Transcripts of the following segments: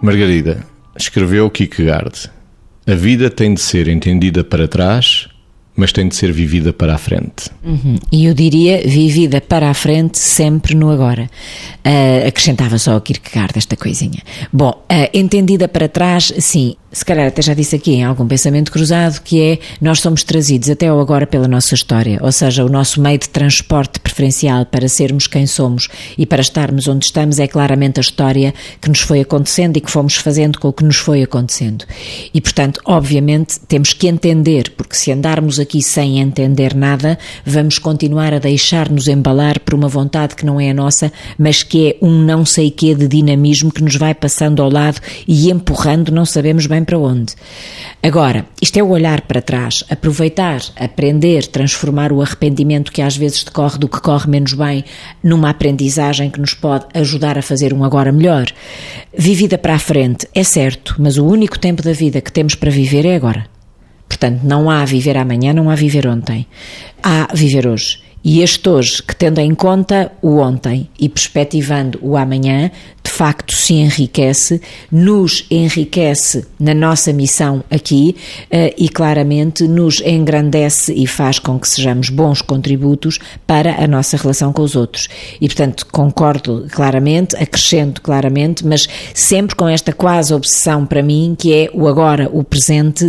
Margarida, escreveu Kierkegaard: a vida tem de ser entendida para trás, mas tem de ser vivida para a frente. E eu diria vivida para a frente, sempre no agora. Acrescentava só ao Kierkegaard esta coisinha. Bom, entendida para trás, sim, se calhar até já disse aqui em algum pensamento cruzado, que é, nós somos trazidos até ao agora pela nossa história, ou seja, o nosso meio de transporte preferencial para sermos quem somos e para estarmos onde estamos é claramente a história que nos foi acontecendo e que fomos fazendo com o que nos foi acontecendo. E, portanto, obviamente, temos que entender, porque se andarmos aqui sem entender nada, vamos continuar a deixar-nos embalar por uma vontade que não é a nossa, mas que é um não sei quê de dinamismo que nos vai passando ao lado e empurrando, não sabemos bem para onde. Agora, isto é o olhar para trás, aproveitar, aprender, transformar o arrependimento que às vezes decorre do que corre menos bem numa aprendizagem que nos pode ajudar a fazer um agora melhor. Vivida para a frente, é certo, mas o único tempo da vida que temos para viver é agora. Portanto, não há viver amanhã, não há viver ontem. Há viver hoje. E este hoje, que tendo em conta o ontem e perspectivando o amanhã, de facto se enriquece, nos enriquece na nossa missão aqui e claramente nos engrandece e faz com que sejamos bons contributos para a nossa relação com os outros. E, portanto, concordo claramente, acrescento claramente, mas sempre com esta quase obsessão para mim, que é o agora, o presente,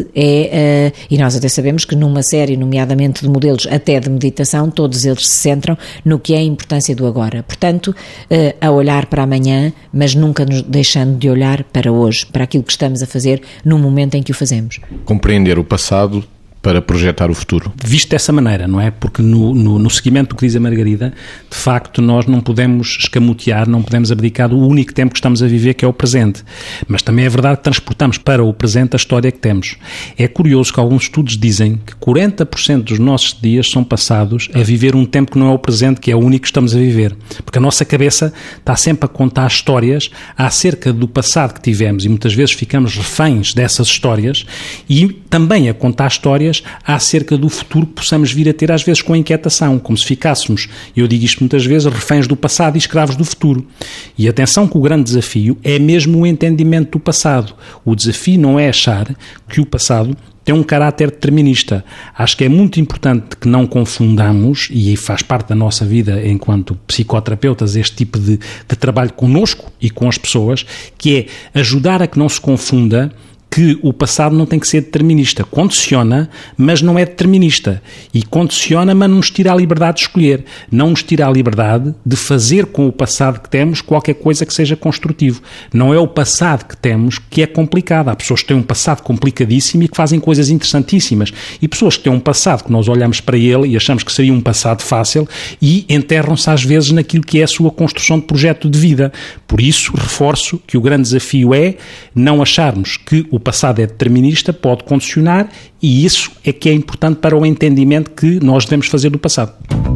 e nós até sabemos que numa série, nomeadamente de modelos até de meditação, todos eles se centram no que é a importância do agora. Portanto, a olhar para amanhã, mas nunca nos deixando de olhar para hoje, para aquilo que estamos a fazer no momento em que o fazemos. Compreender o passado para projetar o futuro. Visto dessa maneira, não é? Porque no seguimento do que diz a Margarida, de facto nós não podemos escamotear, não podemos abdicar do único tempo que estamos a viver, que é o presente. Mas também é verdade que transportamos para o presente a história que temos. É curioso que alguns estudos dizem que 40% dos nossos dias são passados a viver um tempo que não é o presente, que é o único que estamos a viver. Porque a nossa cabeça está sempre a contar histórias acerca do passado que tivemos e muitas vezes ficamos reféns dessas histórias e também a contar histórias acerca do futuro que possamos vir a ter, às vezes com inquietação, como se ficássemos, eu digo isto muitas vezes, reféns do passado e escravos do futuro. E atenção que o grande desafio é mesmo o entendimento do passado. O desafio não é achar que o passado tem um caráter determinista. Acho que é muito importante que não confundamos, e faz parte da nossa vida enquanto psicoterapeutas, este tipo de trabalho connosco e com as pessoas, que é ajudar a que não se confunda que o passado não tem que ser determinista. Condiciona, mas não é determinista. E condiciona, mas não nos tira a liberdade de escolher. Não nos tira a liberdade de fazer com o passado que temos qualquer coisa que seja construtivo. Não é o passado que temos que é complicado. Há pessoas que têm um passado complicadíssimo e que fazem coisas interessantíssimas. E pessoas que têm um passado que nós olhamos para ele e achamos que seria um passado fácil e enterram-se às vezes naquilo que é a sua construção de projeto de vida. Por isso, reforço que o grande desafio é não acharmos que o passado é determinista, pode condicionar, e isso é que é importante para o entendimento que nós devemos fazer do passado.